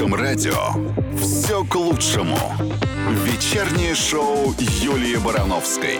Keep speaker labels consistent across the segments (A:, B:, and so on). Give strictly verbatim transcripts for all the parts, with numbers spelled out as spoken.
A: русском радио все к лучшему. Вечернее шоу Юлии Барановской.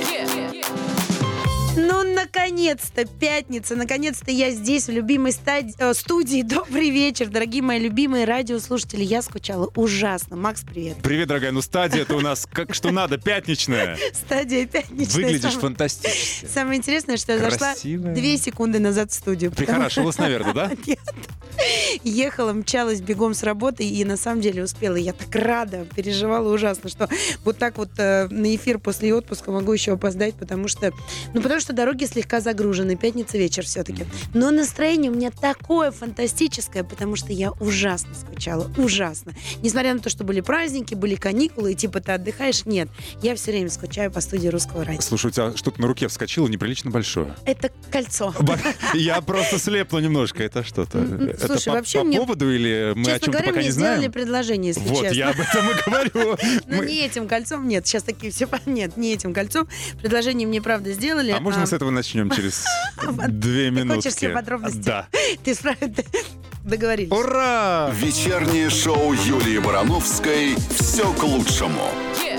B: Ну, наконец-то, пятница, наконец-то я здесь, в любимой стади... э, студии. Добрый вечер, дорогие мои любимые радиослушатели. Я скучала ужасно. Макс, привет.
C: Привет, дорогая. Ну, стадия это у нас как что надо, пятничная.
B: Стадия пятничная.
C: Выглядишь
B: Самое-
C: фантастически.
B: Самое интересное, что я зашла
C: Красивая.
B: две секунды назад в студию. потому-
C: Прихорашивалась, наверное, да?
B: Нет. Ехала, мчалась бегом с работы и на самом деле успела. Я так рада, переживала ужасно, что вот так вот э, на эфир после отпуска могу еще опоздать, потому что, ну, потому что дороги слегка загружены, пятница вечер все-таки. Но настроение у меня такое фантастическое, потому что я ужасно скучала, ужасно. Несмотря на то, что были праздники, были каникулы, и типа ты отдыхаешь, нет. Я все время скучаю по студии Русского радио.
C: Слушай, у тебя что-то на руке вскочило неприлично большое.
B: Это кольцо.
C: Я просто слепну немножко. Это что-то?
B: М,
C: Это
B: слушай,
C: по-
B: вообще
C: по
B: мне-
C: поводу или мы о
B: Честно
C: чем-то
B: говоря,
C: пока
B: мне
C: не
B: сделали
C: знаем?
B: предложение, если
C: Вот,
B: честно.
C: я об этом и говорю.
B: Ну,
C: Мы-
B: не этим кольцом, нет. Сейчас такие все... Нет, не этим кольцом. Предложение мне, правда, сделали.
C: А можно с этого начнем через две
B: Ты
C: минутки?
B: хочешь все подробности?
C: Да.
B: Ты справ- договорились.
C: Ура!
A: Вечернее шоу Юлии Барановской все к лучшему.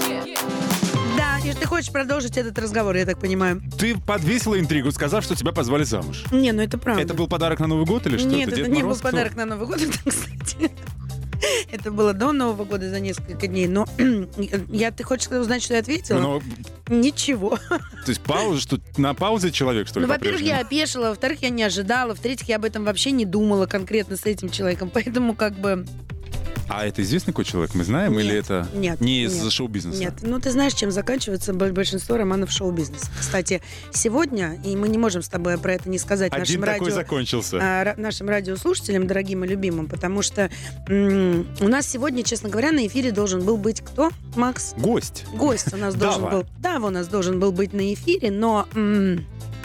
B: Да, и ты хочешь продолжить этот разговор, я так понимаю.
C: Ты подвесила интригу, сказав, что тебя позвали замуж.
B: Не, ну это правда.
C: Это был подарок на Новый год или что?
B: Нет,
C: Дед
B: это не был
C: Мороз? Кто?
B: подарок на Новый год, это, кстати. Это было до Нового года за несколько дней. Но я, ты хочешь узнать, что я ответила?
C: Ну,
B: Ничего.
C: то есть пауза, что на паузе человек, что ли,
B: Ну, во-первых,
C: по-прежнему?
B: я опешила, во-вторых, я не ожидала, в-третьих, я об этом вообще не думала конкретно с этим человеком. Поэтому как бы...
C: А это известный какой человек, мы знаем?
B: Нет,
C: или это
B: нет,
C: не из
B: нет,
C: шоу-бизнеса?
B: Нет, ну ты знаешь, чем заканчивается б- большинство романов шоу-бизнеса. Кстати, сегодня, и мы не можем с тобой про это не сказать
C: Один
B: нашим,
C: такой
B: радио,
C: закончился.
B: а, ра- нашим радиослушателям, дорогим и любимым, потому что м- у нас сегодня, честно говоря, на эфире должен был быть кто, Макс?
C: Гость.
B: Гость у нас должен
C: Дава.
B: был... Дава у нас должен был быть на эфире, но... м-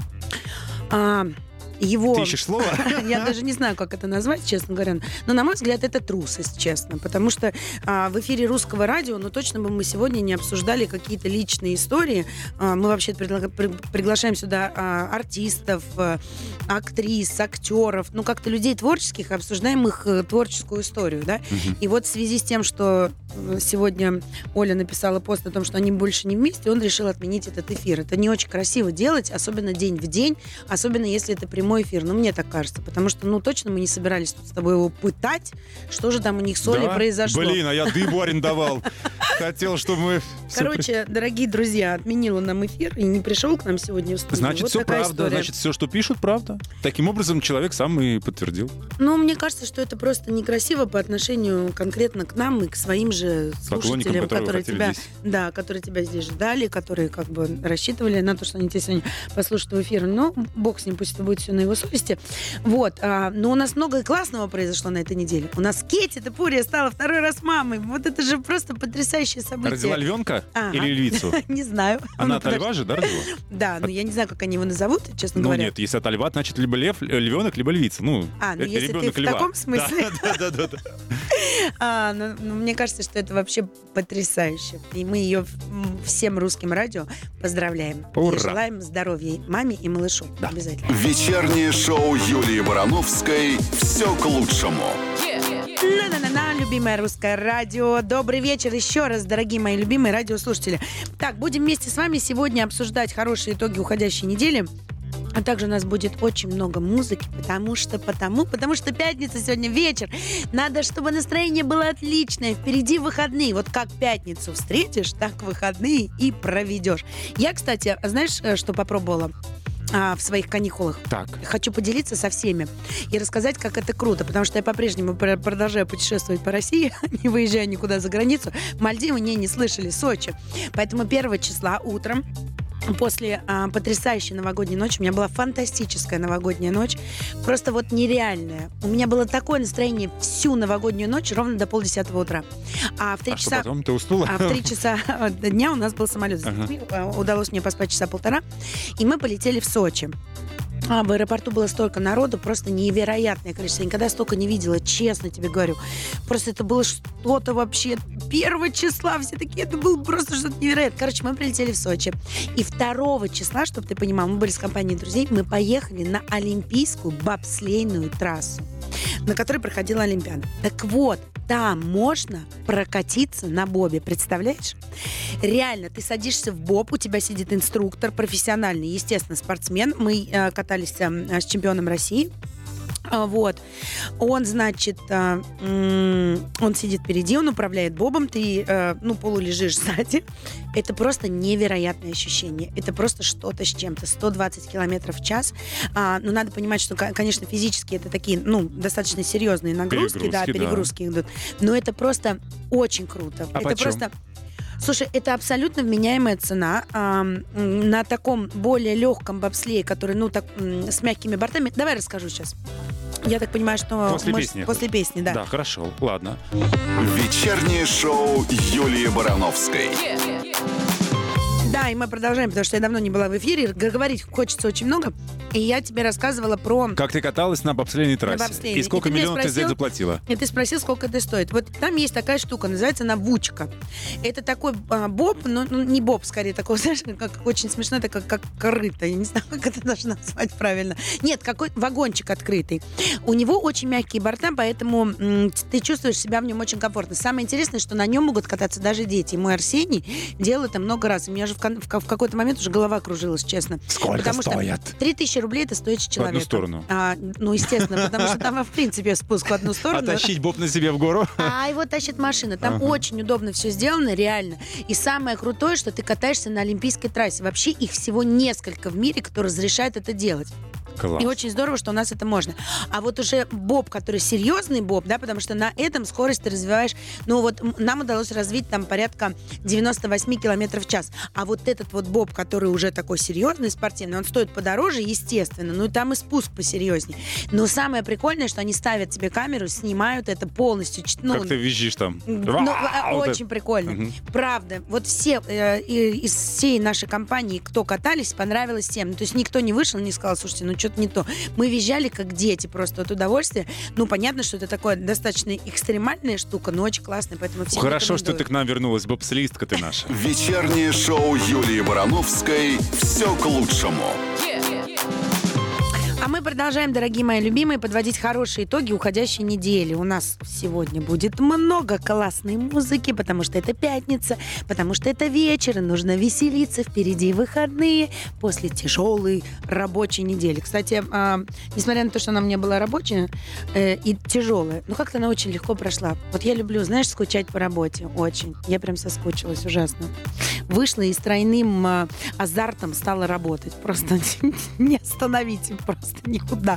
B: а, его...
C: Ты ищешь слово?
B: Я даже не знаю, как это назвать, честно говоря. Но, на мой взгляд, это трусость, честно. Потому что а, в эфире Русского радио, ну, точно бы мы сегодня не обсуждали какие-то личные истории. А, мы вообще предлага- при- приглашаем сюда а, артистов, а, актрис, актеров, ну, как-то людей творческих, обсуждаем их э, творческую историю, да.
C: Мгм.
B: И вот в связи с тем, что э, сегодня Оля написала пост о том, что они больше не вместе, он решил отменить этот эфир. Это не очень красиво делать, особенно день в день, особенно если это прямой эфир. Ну, мне так кажется, потому что, ну, точно мы не собирались тут с тобой его пытать, что же там у них с Олей
C: Да?
B: произошло.
C: Блин, а я дыбу арендовал. Хотел, чтобы мы... всё при-
B: Короче, дорогие друзья, отменила нам эфир и не пришел к нам сегодня в студию.
C: Значит,
B: Вот
C: все
B: такая
C: правда.
B: история.
C: Значит, все, что пишут, правда. Таким образом, человек сам и подтвердил.
B: Ну, мне кажется, что это просто некрасиво по отношению конкретно к нам и к своим же
C: Поклонникам,
B: слушателям,
C: которые вы
B: которые
C: хотели
B: тебя,
C: здесь.
B: да, которые тебя здесь ждали, которые как бы рассчитывали на то, что они тебя сегодня послушают в эфир. Но бог с ним, пусть это будет все на его совести. Вот. А, но у нас много и классного произошло на этой неделе. У нас Кетти Топурия стала второй раз мамой. Вот это же просто потрясающее событие.
C: Родила львенка
B: Ага.
C: или львицу?
B: Не знаю.
C: Она
B: Ну,
C: от льва же, да, родила?
B: Да, но я не знаю, как они его назовут, честно
C: Ну
B: говоря.
C: нет, если от льва, значит, либо лев, львенок, либо львица. Ну,
B: А, ну
C: э,
B: если ты
C: ребенок
B: в
C: льва.
B: таком смысле.
C: Да, да, да, да.
B: А, ну, ну, мне кажется, что это вообще потрясающе. И мы ее м, всем русским радио поздравляем.
C: Ура!
B: И желаем здоровья маме и малышу.
C: Да.
B: Обязательно.
A: Вечернее шоу Юлии Барановской все к лучшему.
B: На-на-на-на, любимое русское радио. Добрый вечер еще раз, дорогие мои любимые радиослушатели. Так, будем вместе с вами сегодня обсуждать хорошие итоги уходящей недели. А также у нас будет очень много музыки, потому что, потому, потому что пятница сегодня вечер. Надо, чтобы настроение было отличное. Впереди выходные. Вот как пятницу встретишь, так выходные и проведешь. Я, кстати, знаешь, э, что попробовала а, в своих каникулах?
C: Так.
B: Хочу поделиться со всеми и рассказать, как это круто, потому что я по-прежнему пр- продолжаю путешествовать по России, не выезжая никуда за границу. Мальдивы не, не слышали, Сочи. Поэтому первого числа утром после а, потрясающей новогодней ночи, у меня была фантастическая новогодняя ночь, просто вот нереальная. У меня было такое настроение всю новогоднюю ночь ровно до полдесятого утра. А в три
C: А что
B: часа...
C: потом? Ты уснула?
B: А в три часа дня у нас был самолет с
C: Ага.
B: детьми. Удалось мне поспать часа полтора. И мы полетели в Сочи. А в аэропорту было столько народу, просто невероятное количество. Я никогда столько не видела, честно тебе говорю. Просто это было что-то вообще. Первого числа все такие, это было просто что-то невероятное. Короче, мы прилетели в Сочи. И второго числа, чтобы ты понимал, мы были с компанией друзей, мы поехали на Олимпийскую бобслейную трассу, на которой проходила Олимпиада. Так вот, там можно прокатиться на бобе, представляешь? Реально, ты садишься в боб, у тебя сидит инструктор профессиональный, естественно, спортсмен. Мы э, катались э, с чемпионом России. Вот. Он, значит, э, он сидит впереди, он управляет бобом, ты, э, ну, полулежишь сзади. Это просто невероятное ощущение. Это просто что-то с чем-то. сто двадцать километров в час. А, но надо понимать, что, конечно, физически это такие, ну, достаточно серьезные нагрузки, перегрузки, да, перегрузки да. идут. Но это просто очень круто.
C: А
B: это
C: почем?
B: просто... Слушай, это абсолютно вменяемая цена а, на таком более легком бобслее, который, ну, так, с мягкими бортами. Давай расскажу сейчас. Я так понимаю, что...
C: После
B: мы...
C: песни.
B: После песни, да.
C: Да, хорошо, ладно.
A: Вечернее шоу Юлии Барановской.
B: Да, и мы продолжаем, потому что я давно не была в эфире. Говорить хочется очень много. И я тебе рассказывала про...
C: Как ты каталась на бобслейной трассе?
B: бобслейной.
C: И сколько
B: И ты
C: миллионов
B: спросил,
C: ты за это заплатила?
B: И ты спросил, сколько это стоит. Вот там есть такая штука, называется она вучка. Это такой а, боб, но ну, не боб, скорее, такой, знаешь, как, очень смешно, это как, как корыто. Я не знаю, как это даже назвать правильно. Нет, какой вагончик открытый. У него очень мягкие борта, поэтому м, ты чувствуешь себя в нем очень комфортно. Самое интересное, что на нем могут кататься даже дети. И мой Арсений делал это много раз. У меня же в, в, в какой-то момент уже голова кружилась, честно.
C: Сколько
B: потому
C: стоят?
B: Что три тысячи рублей это стоит человек.
C: В одну сторону.
B: А, ну, естественно, потому что там, в принципе, спуск в одну сторону.
C: А тащить боб на себе в гору?
B: А его тащит машина. Там
C: Ага.
B: очень удобно все сделано, реально. И самое крутое, что ты катаешься на олимпийской трассе. Вообще их всего несколько в мире, кто разрешает это делать.
C: Класс.
B: И очень здорово, что у нас это можно. А вот уже боб, который серьезный боб, да, потому что на этом скорость ты развиваешь, ну вот м, нам удалось развить там порядка девяносто восемь километров в час. А вот этот вот боб, который уже такой серьезный, спортивный, он стоит подороже, естественно, ну и там и спуск посерьезнее. Но самое прикольное, что они ставят тебе камеру, снимают это полностью. ч- Ну,
C: Как ты визжишь там?
B: ну,
C: А, вот
B: очень
C: это.
B: прикольно.
C: Мгм.
B: Правда. Вот все э, и- из всей нашей компании, кто катались, понравилось всем. Ну, то есть никто не вышел, не сказал, слушайте, ну что-то не то. Мы визжали как дети просто от удовольствия. Ну, понятно, что это такое достаточно экстремальная штука, но очень классная, поэтому всем
C: Хорошо, что ты
B: рекомендую.
C: к нам вернулась, бобслеистка ты наша.
A: Вечернее шоу Юлии Барановской «Все к лучшему».
B: А мы продолжаем, дорогие мои любимые, подводить хорошие итоги уходящей недели. У нас сегодня будет много классной музыки, потому что это пятница, потому что это вечер, и нужно веселиться, впереди выходные после тяжелой рабочей недели. Кстати, а, несмотря на то, что она у меня была рабочая э, и тяжелая, ну как-то она очень легко прошла. Вот я люблю, знаешь, скучать по работе, очень. Я прям соскучилась ужасно. Вышла и с тройным а, азартом стала работать. Просто не остановить просто никуда.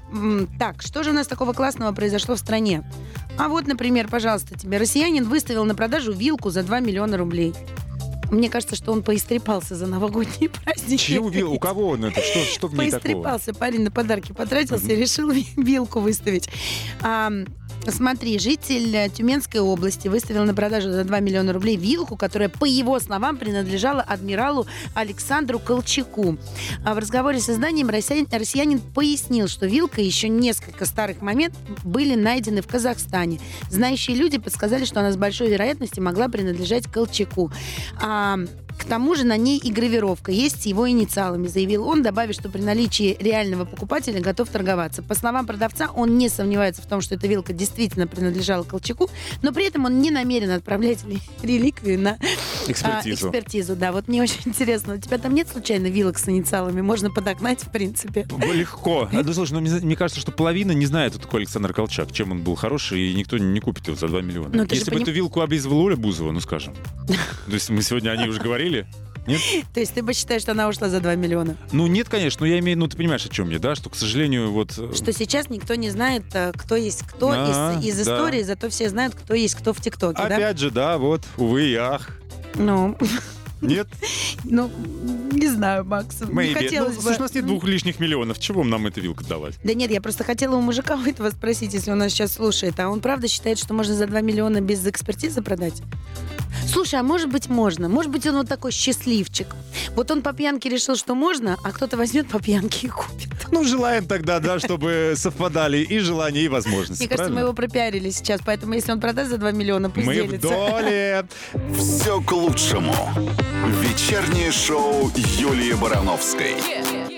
B: М, Так, что же у нас такого классного произошло в стране? А вот, например, пожалуйста, тебе россиянин выставил на продажу вилку за два миллиона рублей. Мне кажется, что он поистрепался за новогодние праздники.
C: Чью вил? У кого он это? Что, что в ней такого?
B: Поистрепался, парень на подарки потратился
C: Мгм.
B: и решил ви- вилку выставить. А, смотри, житель Тюменской области выставил на продажу за два миллиона рублей вилку, которая, по его словам, принадлежала адмиралу Александру Колчаку. А в разговоре с изданием россиянин, россиянин пояснил, что вилка и еще несколько старых монет были найдены в Казахстане. Знающие люди подсказали, что она с большой вероятностью могла принадлежать Колчаку. А, к тому же на ней и гравировка есть с его инициалами, заявил он, добавив, что при наличии реального покупателя готов торговаться. По словам продавца, он не сомневается в том, что эта вилка действительно принадлежала Колчаку, но при этом он не намерен отправлять ли- реликвию на а,
C: Экспертизу.
B: экспертизу. Да, вот мне очень интересно, у тебя там нет случайно вилок с инициалами? Можно подогнать, в принципе.
C: Легко. А, ну, слушай, ну, мне, мне кажется, что половина не знает, кто такой Александр Колчак, чем он был хороший, и никто не купит его за два миллиона.
B: Ну, ты же
C: Если бы
B: поним-
C: эту вилку обрезала Оля Бузова, ну, скажем. То есть мы сегодня о ней уже говорили? Нет?
B: То есть ты бы считаешь, что она ушла за два миллиона?
C: Ну, нет, конечно, но я имею, ну, ты понимаешь, о чем я, да? Что, к сожалению, вот... э,
B: Что сейчас никто не знает, э, кто есть кто
C: А,
B: из, из
C: да.
B: истории, зато все знают, кто есть кто в ТикТоке, да?
C: Опять же, да, вот, увы и ах.
B: Ну,
C: Нет?
B: ну, не знаю, Макс. Не
C: Maybe.
B: хотелось
C: Ну,
B: бы.
C: слушай, у нас нет двух лишних миллионов. Чего нам эта вилка давать?
B: Да нет, я просто хотела у мужика у этого спросить, если он нас сейчас слушает. А он правда считает, что можно за два миллиона без экспертизы продать? Слушай, а может быть можно? Может быть он вот такой счастливчик. Вот он по пьянке решил, что можно, а кто-то возьмет по пьянке и купит.
C: Ну, желаем тогда, да, чтобы совпадали и желания, и возможности.
B: Мне кажется, мы его пропиарили сейчас, поэтому если он продаст за два миллиона, пусть
C: Мы в
B: делится.
C: доле.
A: «Все к лучшему». Вечернее шоу Юлии Барановской.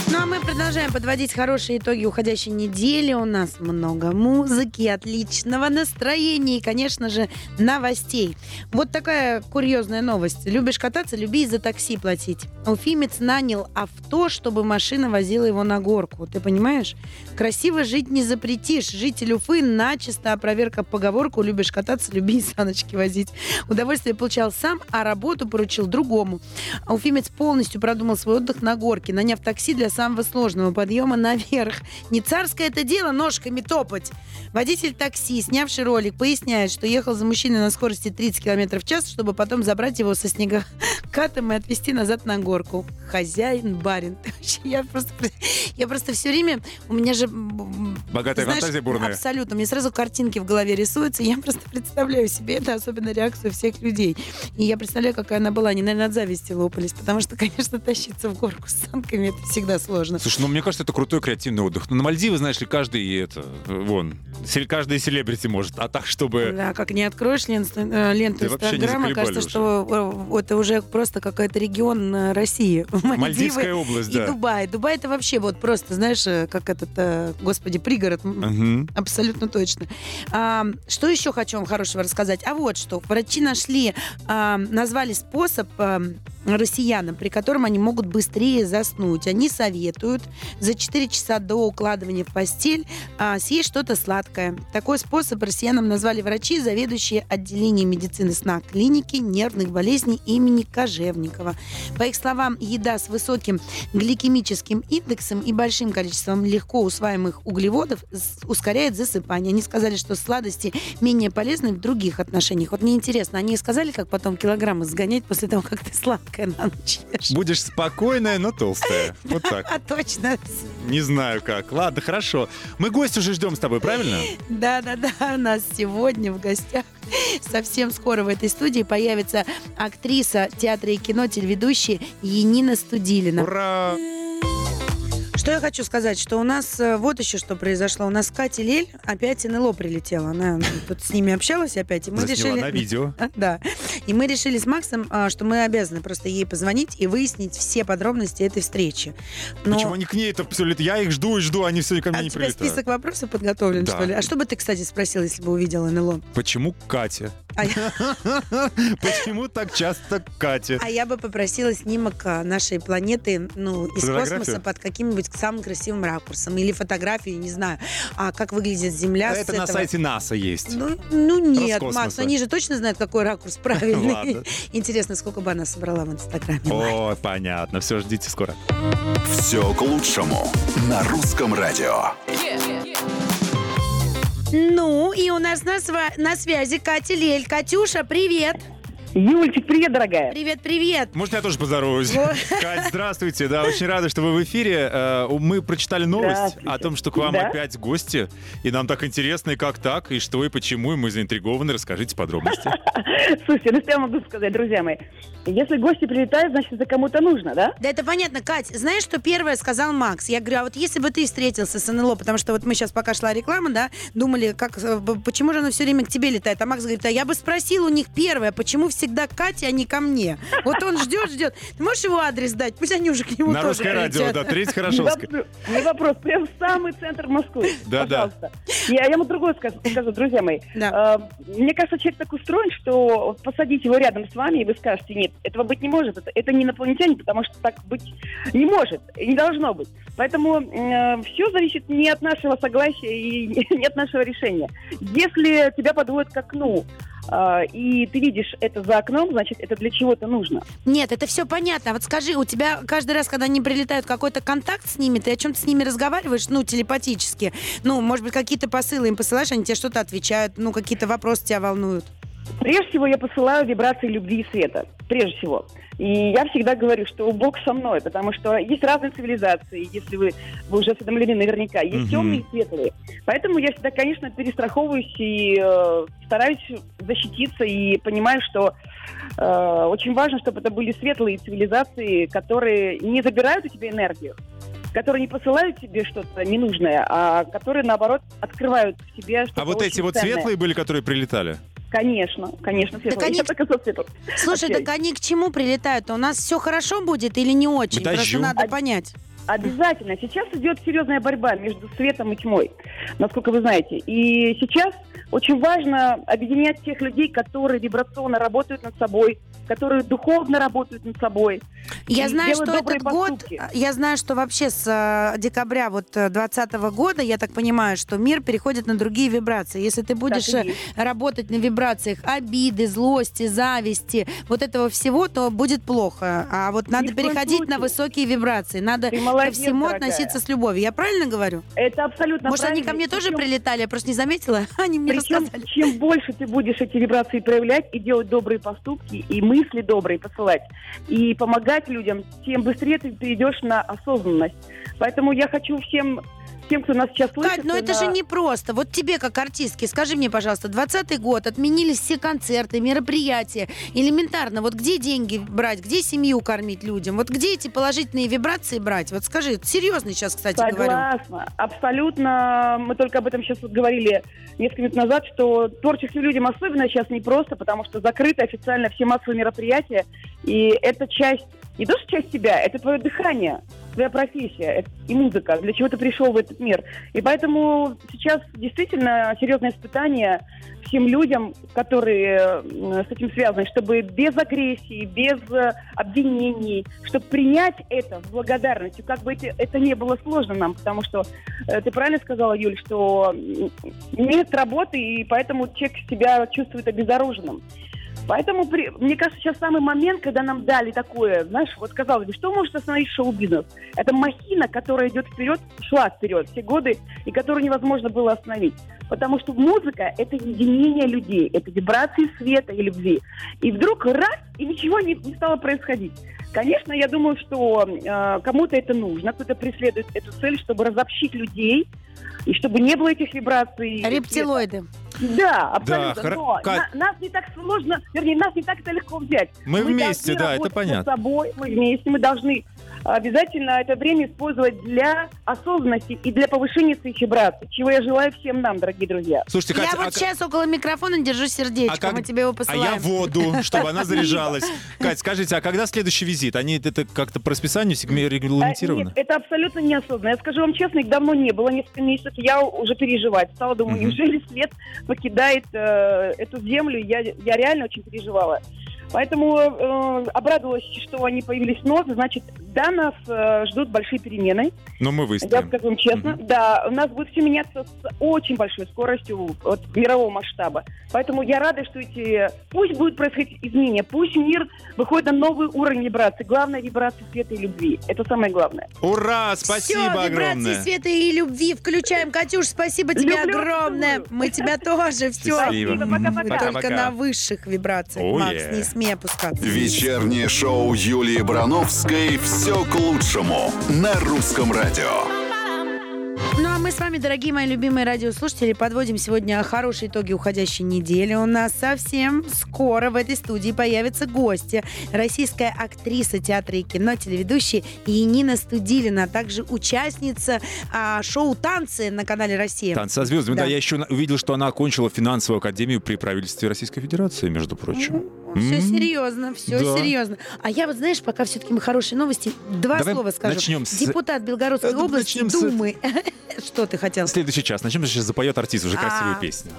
B: Ну а мы продолжаем подводить хорошие итоги уходящей недели. У нас много музыки, отличного настроения и, конечно же, новостей. Вот такая курьезная новость. Любишь кататься, люби и за такси платить. Уфимец нанял авто, чтобы машина возила его на горку. Ты понимаешь? Красиво жить не запретишь. Житель Уфы начисто опроверг поговорку «любишь кататься, люби и саночки возить». Удовольствие получал сам, а работу поручил другому. Уфимец полностью продумал свой отдых на горке, наняв такси для самого сложного подъема наверх. Не царское это дело ножками топать. Водитель такси, снявший ролик, поясняет, что ехал за мужчиной на скорости тридцать километров в час, чтобы потом забрать его со снегокатом и отвезти назад на горку. Хозяин, барин. Я просто, я просто все время... У меня же...
C: Богатая
B: знаешь,
C: фантазия бурная.
B: Абсолютно. Мне сразу картинки в голове рисуются, и я просто представляю себе это, особенно реакцию всех людей. И я представляю, какая она была. Они, наверное, от зависти лопались, потому что, конечно, тащиться в горку с санками — это всегда сложно.
C: Слушай, ну мне кажется, это крутой креативный отдых. Ну, на Мальдивы, знаешь ли, каждый это, вон, каждый селебрити может. А так, чтобы...
B: Да, как не откроешь ленту, ленту
C: Да вообще не
B: Инстаграма,
C: заколебали
B: кажется,
C: уже.
B: что это уже просто какой-то регион э, России.
C: Мальдивская область,
B: и
C: да.
B: Дубай. Дубай — это вообще вот просто, знаешь, э, как этот, э, господи, пригород.
C: Мгм.
B: Абсолютно точно. А, что еще хочу вам хорошего рассказать? А вот что. Врачи нашли, а, назвали способ а, россиянам, при котором они могут быстрее заснуть. Они советуют за четыре часа до укладывания в постель а, съесть что-то сладкое. Такой способ россиянам назвали врачи, заведующие отделением медицины сна клиники нервных болезней имени Кожевникова. По их словам, еда с высоким гликемическим индексом и большим количеством легко усваиваемых углеводов с- ускоряет засыпание. Они сказали, что сладости менее полезны в других отношениях. Вот мне интересно, они сказали, как потом килограммы сгонять после того, как ты сладкое на ночь ешь?
C: Будешь спокойная, но толстая. Вот так.
B: А точно.
C: Не знаю как. Ладно, хорошо. Мы гостя уже ждем с тобой, правильно?
B: Да-да-да, у нас сегодня в гостях совсем скоро в этой студии появится актриса театра и кино, телеведущая Янина Студилина.
C: Ура!
B: Что я хочу сказать, что у нас э, вот еще что произошло. У нас Катя Лель опять эн эл о прилетела. Она тут с ними общалась опять, и мы
C: Засняла
B: решили...
C: на видео.
B: Да. И мы решили с Максом, а, что мы обязаны просто ей позвонить и выяснить все подробности этой встречи. Но...
C: Почему они к ней это все лет? Я их жду и жду, они все ко мне
B: А
C: не
B: у тебя
C: прилетают.
B: список вопросов подготовлен,
C: Да.
B: что ли? А что бы ты, кстати, спросил, если бы увидел эн эл о?
C: Почему Катя?
B: А я,
C: Почему так часто Катя?
B: а я бы попросила снимок а, нашей планеты, ну, из
C: Фотографию?
B: космоса под каким-нибудь самым красивым ракурсом. Или фотографию, не знаю. А как выглядит Земля с
C: Это на
B: этого...
C: сайте НАСА есть.
B: Ну, ну нет,
C: Роскосмоса.
B: Макс, они же точно знают, какой ракурс правильный.
C: Ладно.
B: Интересно, сколько бы она собрала в Инстаграме.
C: О, понятно. Все, ждите скоро.
A: Все к лучшему на русском радио.
B: Ну, и у нас на, сва- на связи Катя Лель. Катюша, привет!
D: Юльчик, привет, дорогая.
B: Привет-привет!
C: Может, я тоже поздороваюсь?
B: Вот.
C: Кать, здравствуйте. Да, очень рада, что вы в эфире. Э, Мы прочитали новость
D: Здравствуйте.
C: о том, что к вам
D: Да.
C: опять гости. И нам так интересно, и как так, и что, и почему. И мы заинтригованы. Расскажите подробности.
D: Слушайте, ну что я могу сказать, друзья мои? Если гости прилетают, значит, это кому-то нужно, да?
B: Да это понятно, Кать. Знаешь, что первое сказал Макс? Я говорю, а вот если бы ты встретился с эн эл о, потому что вот мы сейчас, пока шла реклама, да, думали, как, э, б- почему же оно все время к тебе летает? А Макс говорит, а я бы спросил у них первое, почему всегда Катя, а не ко мне? Вот он ждет, ждет. Ты можешь его адрес дать? Пусть они уже к нему
C: На
B: тоже
C: русское радио,
B: прилетят.
C: да, треть
D: Не
C: Хорошевская.
D: вопрос, не вопрос, прям в самый центр Москвы.
C: Да, да.
D: Пожалуйста. Я, я ему другое скажу, скажу, друзья мои.
B: Да.
D: Э, мне кажется, человек так устроен, что вот посадить его рядом с вами, и вы скажете, нет, этого быть не может, это, это не инопланетяне, потому что так быть не может, и не должно быть. Поэтому все зависит не от нашего согласия и не от нашего решения. Если тебя подводят к окну, э, и ты видишь это за окном, значит, это для чего-то нужно.
B: Нет, это все понятно. А вот скажи, у тебя каждый раз, когда они прилетают, какой-то контакт с ними, ты о чем-то с ними разговариваешь, ну, телепатически? Ну, может быть, какие-то посылы им посылаешь, они тебе что-то отвечают, ну, какие-то вопросы тебя волнуют?
D: Прежде всего, я посылаю вибрации любви и света. Прежде всего. И я всегда говорю, что Бог со мной, потому что есть разные цивилизации, если вы, вы уже осведомлены наверняка. Есть
C: Мгм.
D: темные и светлые. Поэтому я всегда, конечно, перестраховываюсь и э, стараюсь защититься и понимаю, что э, очень важно, чтобы это были светлые цивилизации, которые не забирают у тебя энергию, которые не посылают тебе что-то ненужное, а которые, наоборот, открывают в тебе что-то
C: А вот эти
D: очень
C: вот
D: ценное.
C: светлые были, которые прилетали?
D: Конечно, конечно, светлые.
B: они-
D: Я только за светлых.
B: Слушай,
D: Окей.
B: так они к чему прилетают? У нас все хорошо будет или не очень?
C: К
B: Просто
C: дождю.
B: надо
D: А-
B: понять.
D: Обязательно. Сейчас идет серьезная борьба между светом и тьмой, насколько вы знаете. И сейчас очень важно объединять тех людей, которые вибрационно работают над собой, которые духовно работают над собой.
B: Я
D: и
B: знаю, что
D: делают добрые
B: этот год,
D: поступки.
B: я знаю, что вообще с э, декабря вот двадцатого года, я так понимаю, что мир переходит на другие вибрации. Если ты будешь
D: Так и
B: э, работать на вибрациях обиды, злости, зависти, вот этого всего, то будет плохо. А вот надо
D: Ни в коем
B: переходить на
D: случае.
B: высокие вибрации. Надо
D: Ты
B: ко
D: молодец,
B: всему
D: дорогая.
B: относиться с любовью. Я правильно говорю?
D: Это абсолютно
B: Может, они
D: правильно.
B: ко мне тоже
D: Причем-
B: прилетали, я просто не заметила? Они мне
D: Причем,
B: рассказали.
D: чем больше ты будешь эти вибрации проявлять и делать добрые поступки, и мысли добрые посылать, и помогать людям, тем быстрее ты перейдешь на осознанность. Поэтому я хочу всем, тем, кто нас сейчас слышит...
B: Кать, ну это
D: на-
B: же не просто. Вот тебе, как артистке, скажи мне, пожалуйста, двадцатый год, отменились все концерты, мероприятия. Элементарно, вот где деньги брать, где семью кормить людям? Вот где эти положительные вибрации брать? Вот скажи, серьезно сейчас, кстати, говорю.
D: Согласна. Абсолютно. Мы только об этом сейчас вот говорили несколько минут назад, что творческим людям особенно сейчас непросто, потому что закрыты официально все массовые мероприятия. И это часть, не то что часть тебя, это твое дыхание, твоя профессия это и музыка, для чего ты пришел в этот мир. И поэтому сейчас действительно серьезное испытание всем людям, которые э, с этим связаны, чтобы без агрессии, без э, обвинений, чтобы принять это с благодарностью, как бы это, это не было сложно нам, потому что э, ты правильно сказала, Юль, что м, нет работы, и поэтому человек себя чувствует обезоруженным. Поэтому, при, мне кажется, сейчас самый момент, когда нам дали такое, знаешь, вот казалось бы, что может остановить шоу-бизнес? Это махина, которая идет вперед, шла вперед все годы, и которую невозможно было остановить. Потому что музыка – это единение людей, это вибрации света и любви. И вдруг раз, и ничего не, не стало происходить. Конечно, я думаю, что э, кому-то это нужно, кто-то преследует эту цель, чтобы разобщить людей, и чтобы не было этих вибраций.
B: Рептилоиды.
D: Да, абсолютно.
C: Да,
D: Но
C: хор- Кать-
D: на- нас не так сложно, вернее, нас не так это легко взять.
C: Мы вместе,
D: должны
C: да, это
D: работать
C: понятно.
D: над собой, мы вместе, мы должны обязательно это время использовать для осознанности и для повышения своих вибраций, чего я желаю всем нам, дорогие друзья.
C: Слушайте,
B: Я
C: Катя,
B: вот
C: а,
B: сейчас около микрофона держу сердечко,
C: а как-
B: мы тебе его
C: а
B: посылаем.
C: я воду, чтобы она заряжалась. Кать, скажите, а когда следующий визит? Они это как-то по расписанию сегме-
D: А,
C: регламентировано?
D: Нет, это абсолютно неосознанно. Я скажу вам честно, их давно не было, несколько месяцев. Я уже переживать стала, думаю,
C: Мгм.
D: неужели свет покидает э, эту землю? Я, я реально очень переживала. Поэтому э, обрадовалась, что они появились вновь. Значит, да, нас э, ждут большие перемены.
C: Ну, мы
D: Я
C: выставим.
D: скажу вам честно.
C: Мгм.
D: Да, у нас будет все меняться с очень большой скоростью от мирового масштаба. Поэтому я рада, что эти... Пусть будут происходить изменения, пусть мир выходит на новый уровень вибраций. Главное — вибрации света и любви. Это самое главное.
C: Ура, спасибо
B: Всё,
C: огромное.
B: вибрации света и любви включаем. Катюш, спасибо тебе
D: Люблю,
B: огромное.
D: целую.
B: Мы тебя тоже. Все.
C: Счастливо.
D: Пока-пока.
B: Только
C: Пока-пока.
B: на высших вибрациях,
C: Oh,
B: Макс,
C: yeah.
B: не смей опускаться.
A: Вечернее шоу Юлии Барановской «Все к лучшему» на Русском радио.
B: Ну а мы с вами, дорогие мои любимые радиослушатели, подводим сегодня хорошие итоги уходящей недели. У нас совсем скоро в этой студии появятся гости. Российская актриса театра и кино, телеведущая Янина Студилина, а также участница а, шоу «Танцы» на канале «Россия».
C: Танцы со звездами. Да.
B: Да.
C: я еще на- увидел, что она окончила финансовую академию при правительстве Российской Федерации, между прочим.
B: Все
C: М.
B: серьезно, все
C: Да.
B: серьезно. А я вот, знаешь, пока все-таки мы хорошие новости, два
C: Давай
B: слова скажу.
C: начнем с-
B: Депутат Белгородской
C: Э,
B: области
C: начнем с-
B: Думы. Что ты хотел?
C: Следующий час. Начнем, сейчас запоет артист уже красивую
B: А.
C: песню.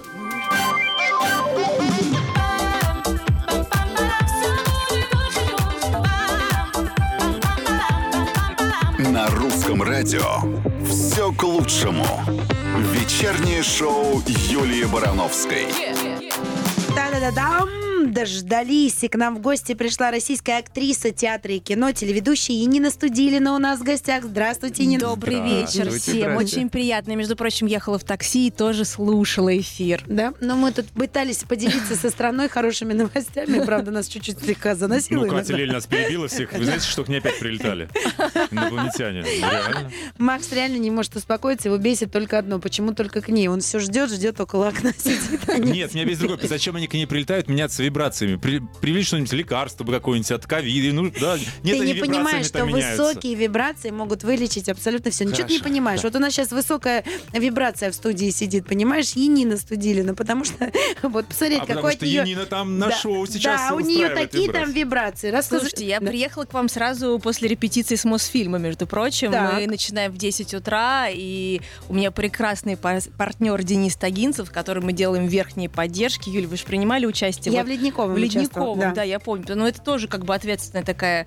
A: На Русском радио «Все к лучшему». Вечернее шоу Юлии Барановской.
B: Да-да-да-дам! Дождались, и к нам в гости пришла российская актриса театра и кино, телеведущая Янина Студилина у нас в гостях. Здравствуйте, Нина.
E: Добрый вечер
C: Здравствуйте,
E: всем.
C: здрасте.
E: Очень приятно. Между прочим, ехала в такси и тоже слушала эфир.
B: Да, но мы тут пытались поделиться со страной хорошими новостями, правда, нас чуть-чуть слегка заносило.
C: Ну,
B: иногда.
C: Катя Лель нас перебила всех. Вы знаете, что к ней опять прилетали? Инопланетяне. Реально.
B: Макс реально не может успокоиться, его бесит только одно. Почему только к ней? Он все ждет, ждет около окна сидит. а не-
C: Нет, меня весь другой. Зачем они к ней прилетают? Меняться вибрации. вибрациями? При, привели что-нибудь, лекарство бы какое-нибудь от ковида? Ну, да, нет,
B: Ты
C: они
B: не понимаешь, что
C: меняются.
B: высокие вибрации могут вылечить абсолютно все. Ничего ты не
C: Хорошо,
B: понимаешь.
C: да.
B: Вот у нас сейчас высокая вибрация в студии сидит, понимаешь, Янина Студилина, потому что, вот, посмотрите,
C: А
B: какой
C: потому
B: от
C: что
B: нее...
C: Янина там на
B: Да,
C: шоу сейчас
B: да, у нее
C: устраивает
B: такие
C: вибрации.
B: там вибрации. Рассказывай.
E: Слушайте, я
B: Да.
E: приехала к вам сразу после репетиции с Мосфильма, между прочим.
B: Так.
E: Мы начинаем в десять утра, и у меня прекрасный пар- партнер Денис Тагинцев, с которым мы делаем верхние поддержки. Юль, вы же принимали участие?
B: Я
E: Вот
B: в Ледниковом
E: в Ледниковом,
B: участвовала,
E: да. я помню. Но это тоже как бы ответственная такая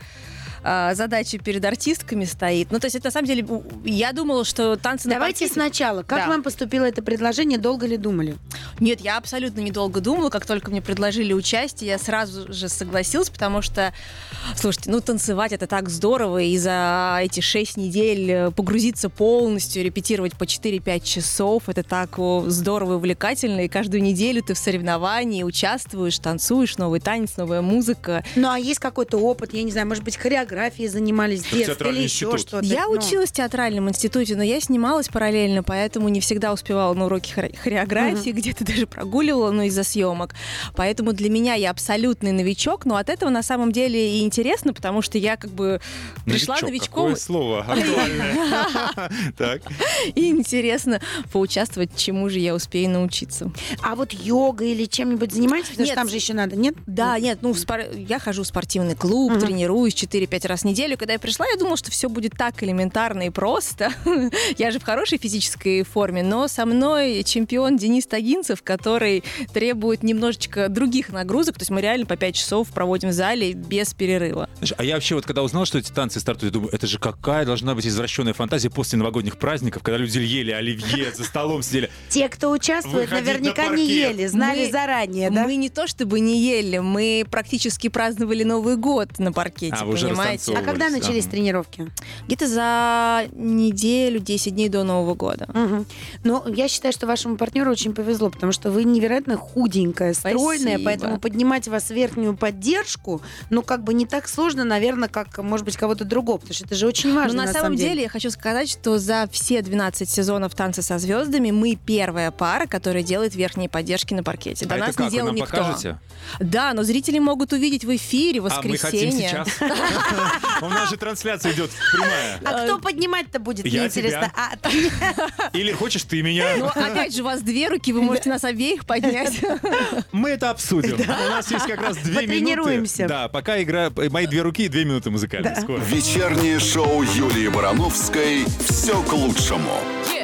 E: а, задача перед артистками стоит. Ну, то есть это на самом деле, у- я думала, что танцы на
B: Давайте
E: паркете-
B: сначала. Как
E: Да.
B: вам поступило это предложение? Долго ли думали?
E: Нет, я абсолютно недолго думала. Как только мне предложили участие, я сразу же согласилась, потому что, слушайте, ну танцевать это так здорово, и за эти шесть недель погрузиться полностью, репетировать по четыре-пять часов, это так о, здорово и увлекательно, и каждую неделю ты в соревновании участвуешь, танцуешь, новый танец, новая музыка.
B: Ну, а есть какой-то опыт, я не знаю, может быть, хореографией занимались в
C: Как
B: детстве или
C: театральный
B: еще
C: институт.
B: что-то?
E: Я
B: Ну.
E: училась в театральном институте, но я снималась параллельно, поэтому не всегда успевала на уроки хоре- хореографии, где-то даже прогуливала, но из-за съемок. Поэтому для меня я абсолютный новичок, но от этого на самом деле и интересно, потому что я как бы пришла
C: Новичок,
E: новичком,
C: какое слово актуальное. Так.
E: и интересно поучаствовать, чему же я успею научиться.
B: А вот йога или чем-нибудь занимаетесь? Потому что
E: Нет.
B: там же еще надо, нет?
E: Да, нет, ну в спор- я хожу в спортивный клуб,
B: Мгм.
E: тренируюсь четыре-пять раз в неделю. Когда я пришла, я думала, что все будет так элементарно и просто. Я же в хорошей физической форме, но со мной чемпион Денис Тагинцев, который требует немножечко других нагрузок. То есть мы реально по пять часов проводим в зале без перерыва.
C: Знаешь, а я вообще вот когда узнал, что эти танцы стартуют, я думаю, это же какая должна быть извращенная фантазия после новогодних праздников, когда люди ели оливье, за столом сидели.
B: Те, кто участвует,
C: Выходить
B: наверняка
C: на
B: не
C: паркет.
B: ели, знали
E: Мы-
B: заранее, да?
E: Мы не то чтобы не ели, мы практически праздновали Новый год на паркете,
C: А, вы уже
E: понимаете?
B: А когда
C: Ага.
B: начались тренировки?
E: Где-то за неделю, десять дней до Нового года.
B: Мгм. Ну, я считаю, что вашему партнеру очень повезло, потому что вы невероятно худенькая, стройная,
E: Спасибо.
B: поэтому поднимать вас в верхнюю поддержку, ну, как бы не так сложно, наверное, как, может быть, кого-то другого, потому что это же очень важно,
E: Но на, самом деле я хочу сказать, что за все двенадцать сезонов «Танца со звездами» мы первая пара, которая делает верхние поддержки на паркете. До
C: А
E: нас
C: это как,
E: не
C: вы
E: делал
C: нам
E: никто.
C: покажете?
E: Да, но зрители могут увидеть в эфире в
C: А мы хотим
E: воскресенье.
C: сейчас. У нас же трансляция идет прямая.
B: А кто поднимать-то будет,
C: Я
B: мне интересно?
C: тебя.
B: А, ты-
C: Или хочешь ты меня?
E: Но опять же, у вас две руки, вы можете нас обеих поднять.
C: Мы это обсудим. У нас есть как раз две минуты.
B: Потренируемся.
C: Да, пока игра мои две руки и две минуты музыкальные. Скоро.
A: Вечернее шоу Юлии Барановской «Все к лучшему».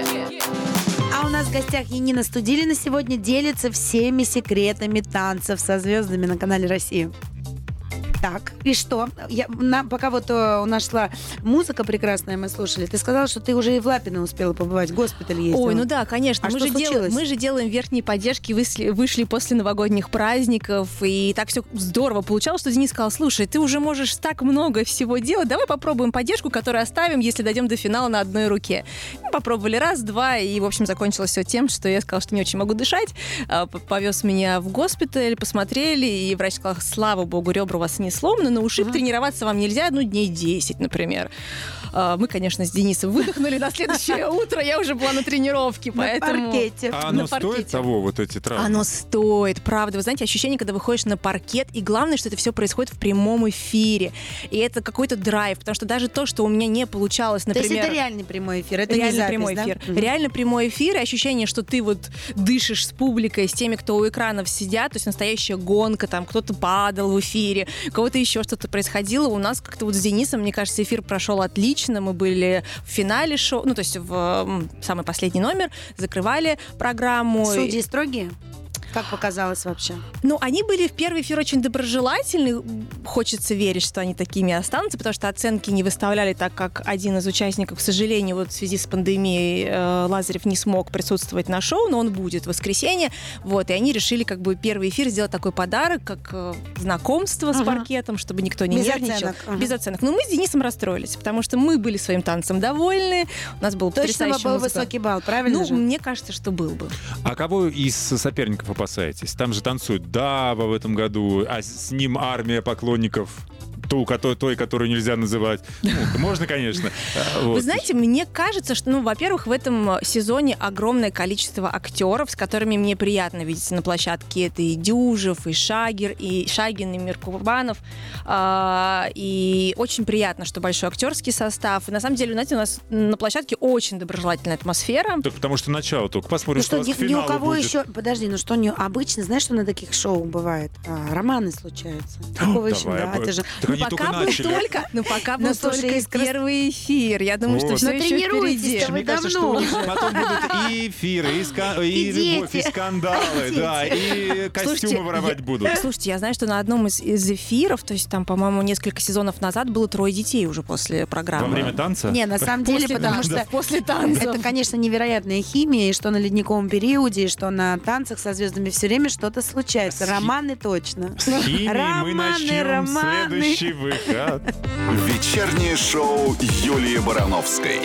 B: А у нас в гостях Янина Студилина сегодня делится всеми секретами танцев со звездами на канале «Россия». Так, и что? Я, на, пока вот э, у нас шла музыка прекрасная, мы слушали, ты сказала, что ты уже и в Лапино успела побывать, в госпиталь ездила.
E: Ой, ну да, конечно.
B: А
E: мы,
B: что
E: же дел-
B: случилось?
E: мы же делаем верхние поддержки, вышли, вышли после новогодних праздников, и так все здорово получалось, что Денис сказал: слушай, ты уже можешь так много всего делать, давай попробуем поддержку, которую оставим, если дойдем до финала на одной руке. Мы попробовали раз, два, и, в общем, закончилось все тем, что я сказала, что не очень могу дышать, а, п- повез меня в госпиталь, посмотрели, и врач сказал: слава богу, ребра у вас не сломаны, на ушиб тренироваться вам нельзя, ну, дней десять, например. А, Мы, конечно, с Денисом выдохнули на следующее утро, я уже была на тренировке,
B: На
E: поэтому...
B: паркете.
C: А
E: на
C: оно стоит
E: паркете.
C: того, вот эти травмы?
E: Оно стоит, правда. Вы знаете, ощущение, когда выходишь на паркет, и главное, что это все происходит в прямом эфире. И это какой-то драйв, потому что даже то, что у меня не получалось,
B: То есть
E: например...
B: это реальный прямой эфир, это
E: реально
B: не запись,
E: прямой
B: да?
E: эфир.
B: Мгм.
E: Реально прямой эфир, и ощущение, что ты вот дышишь с публикой, с теми, кто у экранов сидят, то есть настоящая гонка, там кто-то падал в эфире, у кого-то еще что-то происходило. У нас как-то вот с Денисом, мне кажется, эфир прошел отлично, мы были в финале шоу, ну то есть в м, самый последний номер, закрывали программу.
B: Судьи строгие? Как показалось вообще?
E: Ну, они были в первый эфир очень доброжелательны. Хочется верить, что они такими и останутся, потому что оценки не выставляли, так как один из участников, к сожалению, вот в связи с пандемией э, Лазарев не смог присутствовать на шоу, но он будет в воскресенье. Вот, и они решили как бы первый эфир сделать такой подарок, как э, знакомство с
B: Ага.
E: паркетом, чтобы никто не
B: Без
E: нервничал.
B: оценок, ага.
E: Без оценок. Но мы с Денисом расстроились, потому что мы были своим танцем довольны, у нас был
B: Точно
E: потрясающий
B: был
E: музыкант.
B: высокий балл, правильно
E: Ну,
B: же?
E: мне кажется, что был бы.
C: А кого из соперников опасаетесь? Там же танцует Дава в этом году, а с ним армия поклонников. ту, той, той, которую нельзя называть. Ну, можно, конечно. Вот.
E: Вы знаете, мне кажется, что, ну, во-первых, в этом сезоне огромное количество актеров, с которыми мне приятно видеться на площадке. Это и Дюжев, и Шагер, и Шагин, и Меркурбанов. А, и очень приятно, что большой актерский состав. И на самом деле, знаете, у нас на площадке очень доброжелательная атмосфера.
C: Только потому что начало только. Посмотрим,
B: Ну
C: что
B: что,
C: у вас
B: ни,
C: к
B: ни у
C: финалу
B: кого
C: будет.
B: еще... Подожди, ну что не обычно, знаешь, что на таких шоу бывает? А, романы случаются. Такого еще,
C: Давай,
B: да,
C: об-
B: это же...
C: Так они
E: пока
C: только
E: был
C: начали.
E: только, ну, пока
B: Ну,
E: был
B: слушай,
E: только
B: из крас-
E: первый эфир. Я думаю, что
C: Вот.
E: все
B: Ну,
E: еще
B: тренируйтесь-то
E: впереди.
B: вы
C: Мне кажется,
B: давно
C: что у них
B: уже.
C: потом будут и эфиры, и, ска- и
B: И
C: любовь,
B: дети.
C: и скандалы,
B: И
C: да, и костюмы
E: Слушайте,
C: воровать
E: я-
C: будут.
E: Слушайте, я знаю, что на одном из, из эфиров, то есть там, по-моему, несколько сезонов назад было трое детей уже после программы.
C: Во время танца?
B: Не, на самом деле,
E: После
B: потому
E: танцев,
B: что
E: после танцев.
B: это, конечно, невероятная химия, и что на ледниковом периоде, и что на танцах со звездами все время что-то случается.
C: С хи-
B: Романы точно.
C: С химией мы
B: Романы,
C: начнем
B: романы.
C: следующий выход.
A: Вечернее шоу Юлии Барановской.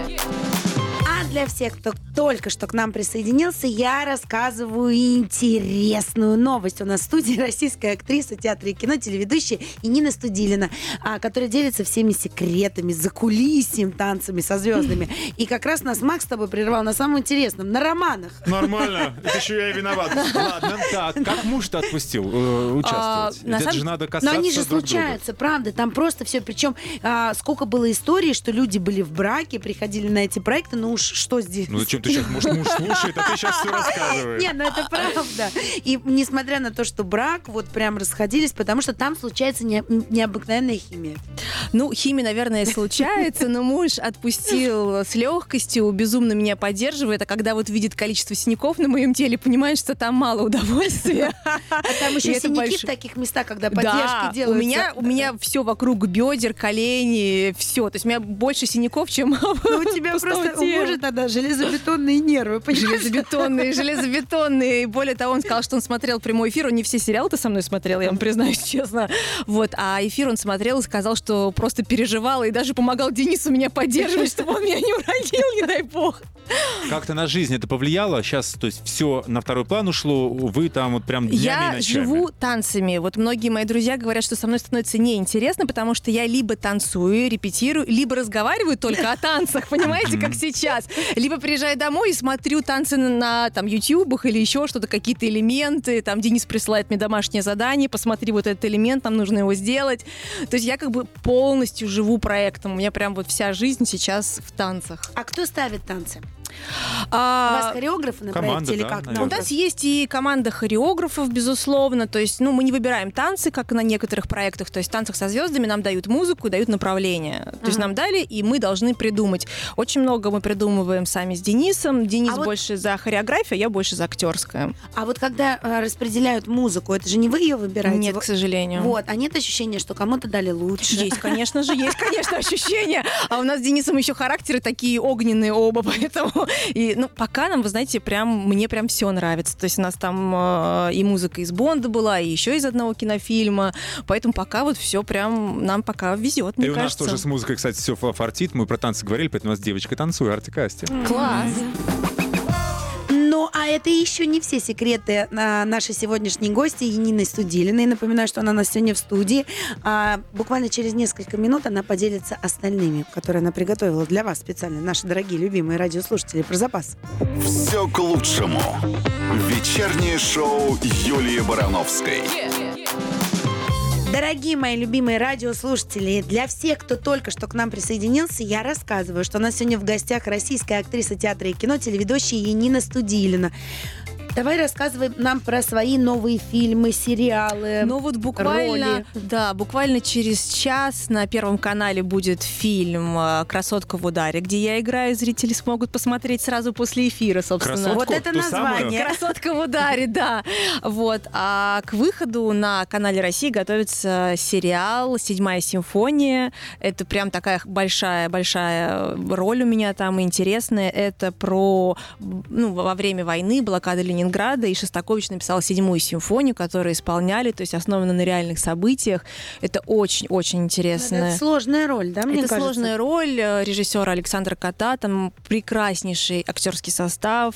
B: А для всех, кто только что к нам присоединился, я рассказываю интересную новость. У нас в студии российская актриса театра и кино, телеведущая и Нина Студилина, а, которая делится всеми секретами, закулисьем, танцами со звездами. И как раз нас Макс с тобой прервал на самом интересном, на романах.
C: Нормально, это еще я и виноват. Ладно, так, как муж-то отпустил э, участвовать?
E: А, на
C: Это
E: самом-
C: же надо
B: Но
C: касаться
B: они же
C: друг друга.
B: случаются, правда, там просто все. Причем а, сколько было историй, что люди были в браке, приходили на эти проекты, ну уж что здесь?
C: Ну зачем ты сейчас, может, муж слушает, а ты сейчас все рассказываешь.
B: Не, ну это правда. И несмотря на то, что брак, вот прям расходились, потому что там случается не- необыкновенная химия.
E: Ну, химия, наверное, случается, но муж отпустил с легкостью, безумно меня поддерживает, а когда вот видит количество синяков на моем теле, понимает, что там мало удовольствия.
B: А там еще
E: И это
B: синяки
E: больш-
B: в таких местах, когда поддержки
E: Да, у
B: делаются.
E: меня, у меня все вокруг бедер, колени, все. То есть у меня больше синяков, чем
B: Ну, у тебя просто у мужа тогда железобетонные нервы, понимаешь?
E: Железобетонные, железобетонные. И более того, он сказал, что он смотрел прямой эфир. Он не все сериалы-то со мной смотрел, я вам признаюсь честно. Вот. А эфир он смотрел и сказал, что просто переживал и даже помогал Денису меня поддерживать, чтобы он меня не уронил, не дай бог.
C: Как-то на жизнь это повлияло? Сейчас, то есть, все на второй план ушло, вы там вот прям днями и
E: Я
C: ночами.
E: живу танцами. Вот многие мои друзья говорят, что со мной становится неинтересно, потому что я либо танцую, репетирую, либо разговариваю только о танцах, понимаете, как сейчас. Либо приезжаю домой и смотрю танцы на, на там, ютубах или еще что-то, какие-то элементы. Там Денис присылает мне домашнее задание, посмотри вот этот элемент, нам нужно его сделать. То есть я как бы полностью живу проектом. У меня прям вот вся жизнь сейчас в танцах.
B: А кто ставит танцы? У
E: А,
B: вас хореографы на
C: команда,
B: проекте или
C: да,
B: как?
C: наверное.
E: У нас есть и команда хореографов, безусловно. То есть, ну, мы не выбираем танцы, как на некоторых проектах. То есть, в танцах со звездами нам дают музыку, дают направление. То есть,
B: Ага.
E: нам дали, и мы должны придумать. Очень много мы придумываем сами с Денисом. Денис
B: А вот-
E: больше за хореографию, я больше за актерское.
B: А вот когда э, распределяют музыку, это же не вы ее выбираете?
E: Нет,
B: Вы-
E: к сожалению.
B: Вот, а нет ощущения, что кому-то дали лучше?
E: Есть, конечно же, есть, конечно, ощущения. А у нас с Денисом еще характеры такие огненные оба, поэтому... И, ну, пока нам, вы знаете, прям, мне прям все нравится. То есть у нас там э, и музыка из Бонда была, и еще из одного кинофильма. Поэтому пока вот все прям нам пока везет, мне
C: И у нас
E: кажется.
C: тоже с музыкой, кстати, все фартит. Мы про танцы говорили, поэтому у нас девочка танцует, Арти Касти.
E: Класс.
B: Ну, а это еще не все секреты а, нашей сегодняшней гости Нины Студилиной. Напоминаю, что она у нас сегодня в студии. А, буквально через несколько минут она поделится остальными, которые она приготовила для вас специально, наши дорогие, любимые радиослушатели, про запас.
A: Все к лучшему. Вечернее шоу Юлии Барановской.
B: Дорогие мои любимые радиослушатели, для всех, кто только что к нам присоединился, я рассказываю, что у нас сегодня в гостях российская актриса театра и кино, телеведущая Нина Студилина. Давай рассказывай нам про свои новые фильмы, сериалы.
E: Ну вот буквально,
B: роли.
E: да, буквально через час на Первом канале будет фильм э, «Красотка в ударе», где я играю, зрители смогут посмотреть сразу после эфира, собственно.
C: Красотку?
B: Вот это
C: Ту
B: название.
E: «Красотка в ударе», да. Вот. А к выходу на канале России готовится сериал «Седьмая симфония». Это прям такая большая-большая роль у меня там интересная. Это про, ну, во время войны, блокады Ленинграда, Ленинграда, и Шостакович написал седьмую симфонию, которую исполняли, то есть основана на реальных событиях. Это очень-очень интересно.
B: Это сложная роль, да, мне
E: Это
B: кажется?
E: сложная роль режиссера Александра Кота, там прекраснейший актерский состав,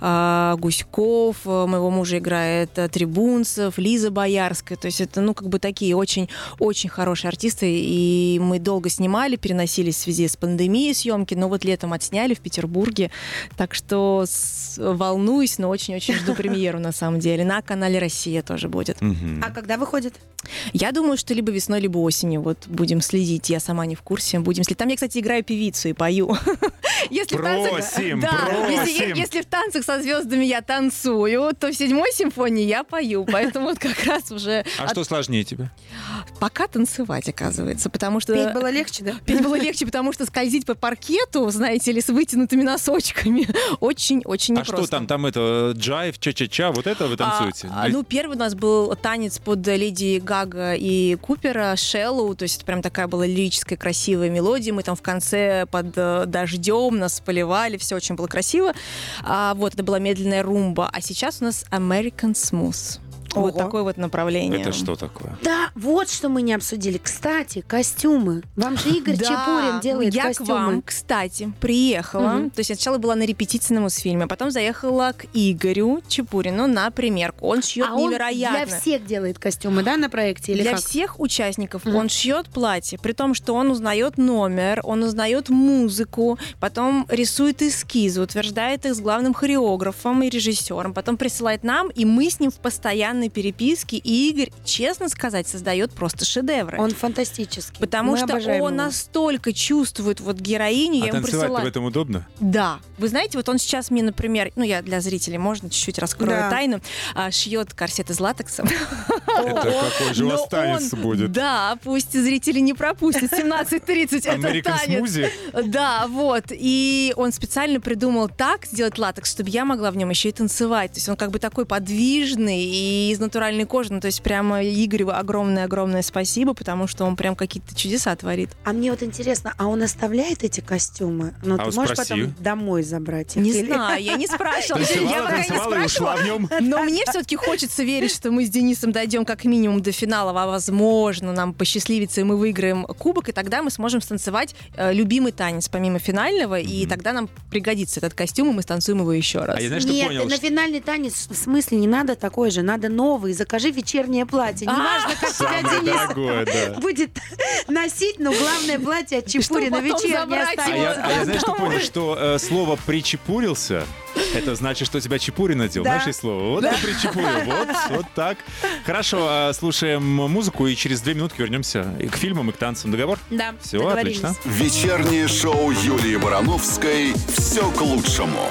E: э, Гуськов, э, моего мужа играет э, Трибунцев, Лиза Боярская, то есть это, ну, как бы такие очень-очень хорошие артисты, и мы долго снимали, переносились в связи с пандемией съемки, но вот летом отсняли в Петербурге, так что с... волнуюсь, но очень-очень жду премьеру на самом деле. На канале «Россия» тоже будет.
B: А когда выходит?
E: Я думаю, что либо весной, либо осенью. Вот будем следить. Я сама не в курсе. Будем следить. Там я, кстати, играю певицу и пою. Если в танцах-
C: Просим,
E: Да, если,
C: просим.
E: если в танцах со звездами я танцую, то в седьмой симфонии я пою. Поэтому вот как раз уже
C: А
E: от-
C: что сложнее тебе?
E: пока танцевать, оказывается. Потому что...
B: Петь было легче, да?
E: Петь было легче, потому что скользить по паркету, знаете ли, с вытянутыми носочками очень-очень
C: А
E: непросто.
C: что там? Там это джайв, ча-ча-ча, вот это вы танцуете?
E: А, а, ну, первый у нас был танец под Леди Гага и Купера, «Shallow», то есть это прям такая была лирическая, красивая мелодия. Мы там в конце под э, дождем нас поливали, все очень было красиво. А, вот, это была медленная румба. А сейчас у нас American Smooth. Вот
B: Ого.
E: такое вот направление.
C: Это что такое?
B: Да, вот что мы не обсудили. Кстати, костюмы. Вам же Игорь
E: Да,
B: Чепурин делает
E: я
B: костюмы.
E: к вам, кстати, приехала.
B: Мгм.
E: То есть я сначала была на репетиции на Мосфильме, а потом заехала к Игорю Чепурину на примерку. Он шьет
B: А он
E: невероятно.
B: для всех делает костюмы, да, на проекте? Или
E: Для
B: как?
E: всех участников
B: Мгм.
E: он шьет платье, при том, что он узнает номер, он узнает музыку, потом рисует эскизы, утверждает их с главным хореографом и режиссером, потом присылает нам, и мы с ним в постоянной переписке. И Игорь, честно сказать, создает просто шедевры.
B: Он фантастический.
E: Потому
B: Мы
E: что
B: обожаем
E: он
B: его.
E: настолько чувствует вот героиню,
C: А
E: я ему
C: танцевать-то
E: присылаю.
C: в этом удобно?
E: Да. Вы знаете, вот он сейчас мне, например, ну я для зрителей, можно чуть-чуть раскрою
B: Да.
E: тайну, а, шьет корсет из латекса.
C: Это какой же у вас
E: Но
C: танец
E: он-
C: будет?
E: Да, пусть зрители не пропустят. семнадцать тридцать это
C: American
E: танец.
C: смузи?
E: Да, вот. И он специально придумал так сделать латекс, чтобы я могла в нем еще и танцевать. То есть он как бы такой подвижный и из натуральной кожи. Ну, то есть прямо Игорю огромное-огромное спасибо, потому что он прям какие-то чудеса творит.
B: А мне вот интересно, а он оставляет эти костюмы? Ну,
C: А
B: ты
C: вот
B: можешь
C: спроси.
B: потом домой забрать их?
E: Не
B: Или-
E: знаю, я не спрашивала. Я
C: Танцевала,
E: пока не
C: танцевала и ушла
E: спрашивала.
C: в нем.
E: Но мне все-таки хочется верить, что мы с Денисом дойдем как минимум до финала, а возможно, нам посчастливится, и мы выиграем кубок, и тогда мы сможем станцевать э, любимый танец помимо финального, и тогда нам пригодится этот костюм, и мы станцуем его еще раз.
C: А я, знаешь, что
B: Нет,
C: понял?
B: на
C: Что-
B: финальный танец в смысле не надо такой же, надо новый. Закажи вечернее платье.
E: А,
B: Неважно, как тебя
C: Самое
B: Денис
C: дорогое, да.
B: будет носить, но главное платье от Чепурина
E: потом
B: вечернее
E: забрать
C: А
B: останется.
C: я, а я знаешь, что понял? Что э, слово «причепурился» это значит, что тебя Чепурин надел.
B: Да.
C: Знаешь и слово? Вот ты причепурил. Вот, вот так. Хорошо, а, слушаем музыку и через две минутки вернемся и к фильмам, и к танцам. Договор?
B: Да,
C: Все,
B: договорились.
C: отлично.
A: Вечернее шоу Юлии Барановской «Все к лучшему».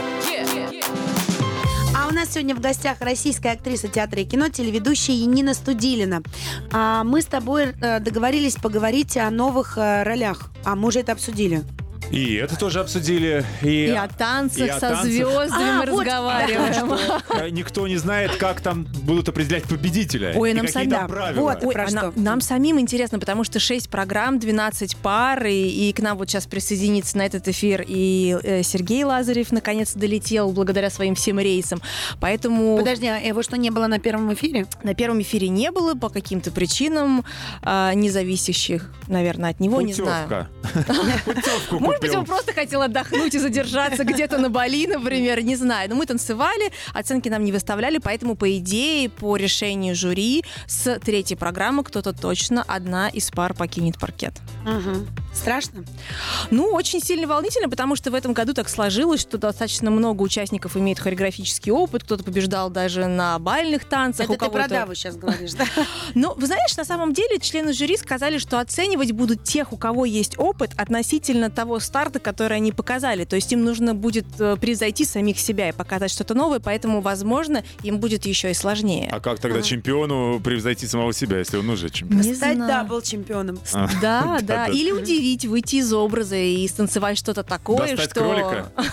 B: А у нас сегодня в гостях российская актриса театра и кино, телеведущая Янина Студилина. А мы с тобой э, договорились поговорить о новых э, ролях. А мы уже это обсудили.
C: И это тоже обсудили. И,
E: И о танцах
C: и о
E: со
C: танцах.
E: звездами
B: А,
E: мы
B: вот,
E: разговариваем.
C: Э, Никто не знает, как там будут определять победителя.
E: Ой,
C: и
E: нам
C: какие
E: сами-
C: там правила.
B: Вот.
E: Ой,
B: Про
E: а
B: что?
E: нам, нам самим интересно, потому что шесть программ, двенадцать пар, и, и к нам вот сейчас присоединится на этот эфир и э, Сергей Лазарев наконец долетел благодаря своим всем рейсам. Поэтому
B: Подожди, а его что, не было на первом эфире?
E: на первом эфире не было по каким-то причинам, а, не зависящих, наверное, от него, не знаю.
C: Путевка. Путевку
E: Может быть,
C: купил.
E: он просто хотел отдохнуть и задержаться где-то на Бали, например, не знаю. Но мы танцевали, оценки нам не выставляли, поэтому, по идее, по решению жюри, с третьей программы кто-то точно, одна из пар покинет паркет.
B: Угу. Страшно?
E: Ну, очень сильно волнительно, потому что в этом году так сложилось, что достаточно много участников имеет хореографический опыт, кто-то побеждал даже на бальных танцах.
B: Это
E: у
B: ты
E: кого-то...
B: про Даву сейчас говоришь, да?
E: Но, вы знаешь, на самом деле члены жюри сказали, что оценивать будут тех, у кого есть опыт относительно того старта, который они показали. То есть им нужно будет э, превзойти самих себя и показать что-то новое, поэтому, возможно, им будет еще и сложнее.
C: А как тогда
B: Ага.
C: чемпиону превзойти самого себя, если он уже чемпион?
E: Не
B: Стать
E: знаю.
B: дабл-чемпионом.
C: А,
E: Да, да.
C: да-да.
E: Или удивить, выйти из образа и станцевать что-то такое,
C: Достать
E: что...
C: кролика?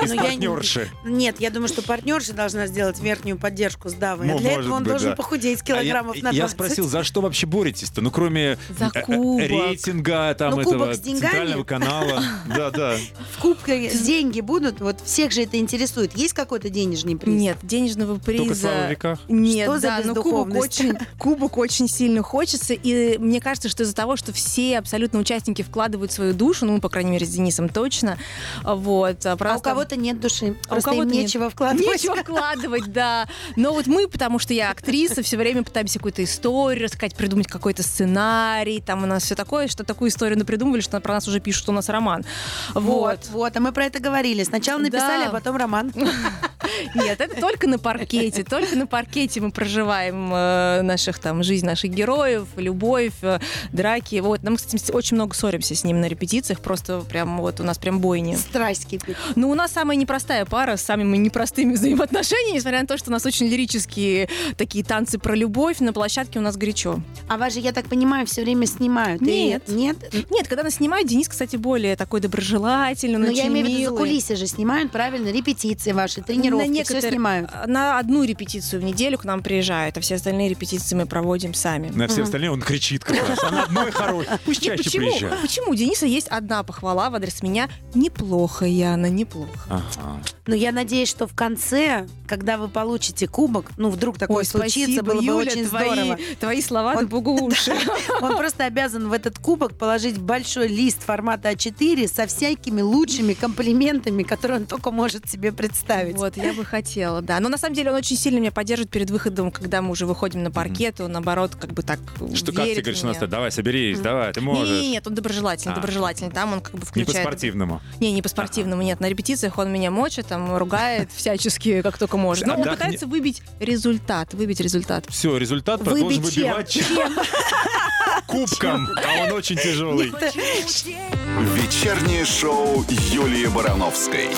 C: Из
B: ну я не-
C: партнерши.
B: Нет, я думаю, что партнерша должна сделать верхнюю поддержку с Давой.
C: Ну,
B: А для
C: может
B: этого он
C: быть,
B: должен
C: да.
B: похудеть
C: А
B: килограммов
C: я,
B: на двадцать.
C: я спросил, за что вообще боретесь-то? Ну, кроме
E: За
C: э, э,
E: кубок.
C: рейтинга, там,
B: Ну,
C: этого
B: кубок с деньгами.
C: центрального канала. Да, да.
B: В кубке деньги будут? Вот всех же это интересует. Есть какой-то денежный приз?
E: Нет, денежного приза.
C: Только слава в веках.
E: Нет,
B: Что за
E: да, но кубок
B: бездуховность?
E: очень, кубок очень сильно хочется, и мне кажется, что из-за того, что все абсолютно участники вкладывают свою душу, ну, по крайней мере, с Денисом точно, вот.
B: А
E: Просто...
B: у кого-то нет души.
E: А у
B: Просто
E: кого-то
B: им
E: нет.
B: нечего вкладывать.
E: Нечего вкладывать, да. Но вот мы, потому что я актриса, все время пытаемся какую-то историю рассказать, придумать какой-то сценарий, там у нас все такое, что такую историю напридумывали, что про нас уже пишут, что у нас роман.
B: Вот,
E: Вот.
B: вот, а мы про это говорили. Сначала написали,
E: Да.
B: а потом роман.
E: Нет, это только на паркете. Только на паркете мы проживаем э, наших там жизнь наших героев, любовь, э, драки. Вот. Мы, кстати, очень много ссоримся с ним на репетициях. Просто прям вот у нас прям бойни.
B: Страсть кипит.
E: Ну, у нас самая непростая пара с самыми непростыми взаимоотношениями, несмотря на то, что у нас очень лирические такие танцы про любовь. На площадке у нас горячо.
B: А вас же, я так понимаю, все время снимают. И-
E: Нет.
B: Нет?
E: Нет, когда нас снимают, Денис, кстати, более такой доброжелательный, он
B: Но я
E: очень
B: имею в виду, за
E: милый.
B: кулисы же снимают, правильно? Репетиции ваши,
E: На
B: тренировки, все
E: некоторые-
B: снимают.
E: На одну репетицию в неделю к нам приезжают, а все остальные репетиции мы проводим сами.
C: На все остальные он кричит как раз. А на одной хорош. Пусть
E: Нет,
C: чаще
E: почему?
C: приезжает.
E: Почему? У Дениса есть одна похвала в адрес меня. Неплохо, Яна, неплохо.
C: Ага.
B: Но я надеюсь, что в конце, когда вы получите кубок, ну, вдруг такое
E: Ой,
B: случится,
E: спасибо,
B: было бы
E: Юля,
B: очень
E: твои,
B: здорово.
E: твои слова
B: Он-
E: да богу уши.
B: Он просто обязан в этот кубок положить большой лист формата а четыре со всякими лучшими комплиментами, которые он только может себе представить.
E: Вот, я бы хотела, да. Но на самом деле он очень сильно меня поддерживает перед выходом, когда мы уже выходим на паркет, он, наоборот, как бы так
C: Что как ты
E: верит
C: говоришь,
E: мне.
C: Настя, давай, соберись, давай, ты можешь.
E: Не, не, нет, он доброжелательный,
C: А.
E: доброжелательный. Там он как бы
C: Не
E: включает.
C: по-спортивному.
E: Не, не по-спортивному, нет. На репетициях он меня мочит, там, ругает всячески, как только может. Но он
C: Отдохни.
E: пытается выбить результат, выбить результат.
C: Все, результат должен
B: Выбить чем?
C: выбивать чем? Кубком, а он очень тяжелый.
A: Вечернее шоу Юлии Барановской.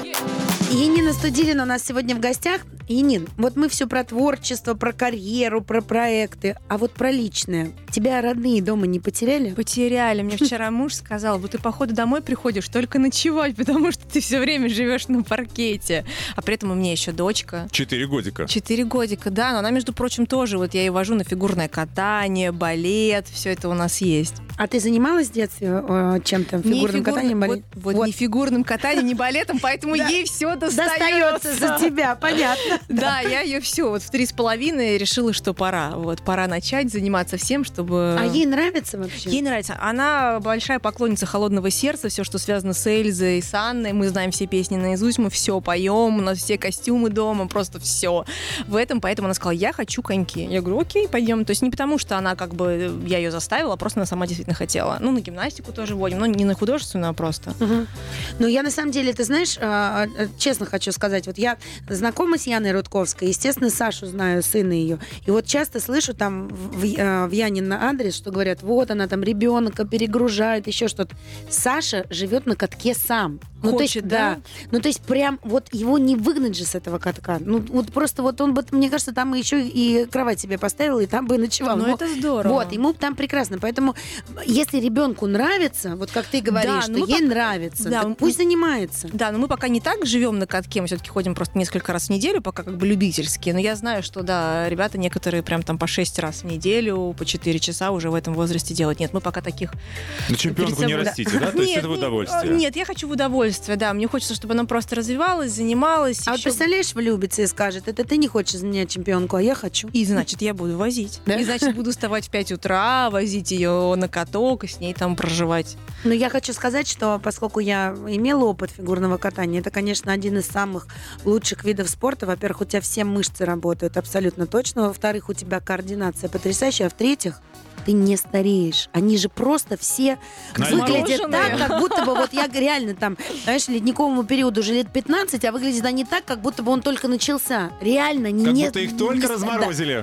B: Енина Студилина у нас сегодня в гостях. Енин, вот мы все про творчество, про карьеру, про проекты, а вот про личное. Тебя родные дома не потеряли?
E: Потеряли. Мне вчера муж сказал, вот ты, походу, домой приходишь только ночевать, потому что ты все время живешь на паркете. А при этом у меня еще дочка.
C: Четыре годика.
E: Четыре годика, да, но она, между прочим, тоже, вот я ее вожу на фигурное катание, балет, все это у нас есть.
B: А ты занималась в детстве э, чем-то?
E: Не
B: Фигурным
E: фигур-
B: катанием?
E: Вот,
B: балет?
E: вот
B: Вот.
E: не фигурным катанием, не балетом, поэтому
B: Да.
E: ей все
B: Достается за тебя, понятно.
E: Да, я ее все, вот в три с половиной решила, что пора. Вот пора начать заниматься всем, чтобы.
B: А ей нравится вообще?
E: Ей нравится. Она большая поклонница «Холодного сердца», все, что связано с Эльзой, с Анной. Мы знаем все песни наизусть, мы все поем, у нас все костюмы дома, просто все. В этом, поэтому она сказала, я хочу коньки. Я говорю, окей, пойдем. То есть не потому, что она как бы, я ее заставила, а просто она сама действительно хотела. Ну, на гимнастику тоже водим, но не на художественную, а просто.
B: Мгм. Ну, я на самом деле, ты знаешь, а, а, честно хочу сказать, вот я знакома с Яной Рудковской, естественно, Сашу знаю, сына ее, и вот часто слышу там в, в, а, в Янин на адрес, что говорят, вот она там ребенка перегружает, еще что-то. Саша живет на катке сам. Ну, то есть,
E: Хочет,
B: да.
E: да?
B: Ну, то есть, прям вот его не выгнать же с этого катка. Ну, вот просто вот он бы, мне кажется, там еще и кровать себе поставил, и там бы ночевал.
E: Ну,
B: Но-
E: это здорово.
B: Вот, ему там прекрасно. Поэтому, если ребенку нравится, вот как ты говоришь,
E: Да,
B: что
E: ну мы
B: ей
E: пок-
B: нравится,
E: да,
B: так
E: мы-
B: пусть занимается.
E: Да, но мы пока не так живем на катке, мы все-таки ходим просто несколько раз в неделю, пока как бы любительские. Но я знаю, что да, ребята некоторые прям там по шесть раз в неделю, по четыре часа уже в этом возрасте делают. Нет, мы пока таких.
C: Ну, чемпионку
E: Перед
C: не
E: собой, да.
C: растите, да? То есть
E: Нет,
C: это в
E: не-
C: удовольствие.
E: Нет, я хочу в удовольствие, да. Мне хочется, чтобы она просто развивалась, занималась.
B: А вот
E: ещё-
B: представляешь, влюбится и скажет, это ты не хочешь за меня чемпионку, а я хочу.
E: И значит, я буду возить.
B: Да?
E: И значит, буду вставать в пять утра, возить ее на каток и с ней там проживать.
B: Но я хочу сказать, что поскольку я имела опыт фигурного катания, это, конечно, один из самых лучших видов спорта. Во-первых, у тебя все мышцы работают абсолютно точно. Во-вторых, у тебя координация потрясающая. А в-третьих, ты не стареешь. Они же просто все
C: Налитые.
B: выглядят так,
E: Замороженные.
B: как будто бы вот я реально там, знаешь, ледниковому периоду уже лет пятнадцать, а выглядят они так, как будто бы он только начался. Реально
C: Как
B: не...
C: будто их только
B: не-
C: разморозили.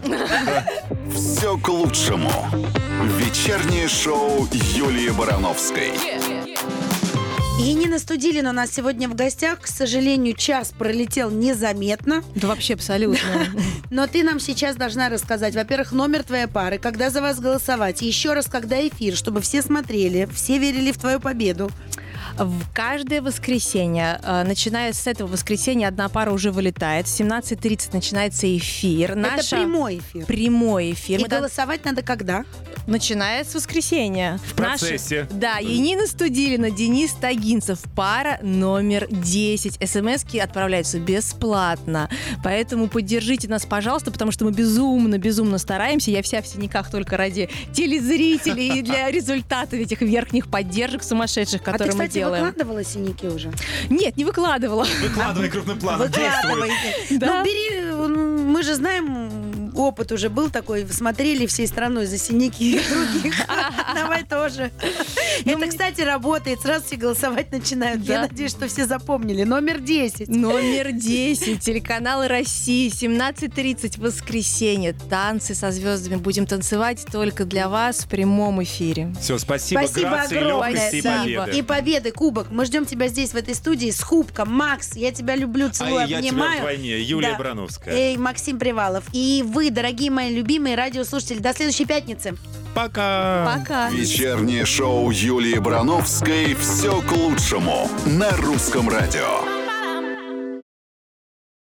A: Все к лучшему. Вечернее шоу Юлии Барановской.
B: Енина Студилина у нас сегодня в гостях. К сожалению, час пролетел незаметно.
E: Да вообще абсолютно.
B: Но ты нам сейчас должна рассказать, во-первых, номер твоей пары, когда за вас голосовать, и еще раз, когда эфир, чтобы все смотрели, все верили в твою победу.
E: В каждое воскресенье, э, начиная с этого воскресенья, одна пара уже вылетает. В семнадцать тридцать начинается эфир.
B: Это
E: Наша...
B: прямой эфир.
E: Прямой эфир.
B: И
E: Мы там-
B: голосовать надо когда?
E: Начиная с воскресенья.
C: В процессе.
E: Наша- Да, Янина Студилина, Денис Тагинцев. Пара номер десять. СМСки отправляются бесплатно. Поэтому поддержите нас, пожалуйста, потому что мы безумно, безумно стараемся. Я вся в синяках только ради телезрителей и для результатов этих верхних поддержек сумасшедших,
B: А ты,
E: которые мы
B: кстати,
E: делаем.
B: выкладывала синяки уже?
E: Нет, не выкладывала.
C: Выкладывай крупным планом.
B: Выкладывайте.
E: Да.
B: Ну, бери, ну, мы же знаем, опыт уже был такой, смотрели всей страной за синяки других. Давай тоже. Это, кстати, работает. Сразу все голосовать начинают. Я
E: Да.
B: надеюсь, что все запомнили. Номер десять.
E: Номер десять. Телеканал России. семнадцать тридцать. Воскресенье. Танцы со звездами. Будем танцевать только для вас в прямом эфире.
C: Все, спасибо,
B: Спасибо
C: грации,
B: огромное.
C: легкости и
B: Да.
C: победы.
B: И победы, кубок. Мы ждем тебя здесь, в этой студии, с кубком. Макс, я тебя люблю,
C: А
B: целую,
C: я тебя
B: обнимаю.
C: вдвойне. Юлия
B: Да.
C: Барановская.
B: Эй, Максим Привалов. И вы, дорогие мои любимые радиослушатели, до следующей пятницы.
C: Пока.
E: Пока.
A: Вечернее шоу Юлии Барановской «Все к лучшему» на Русском радио.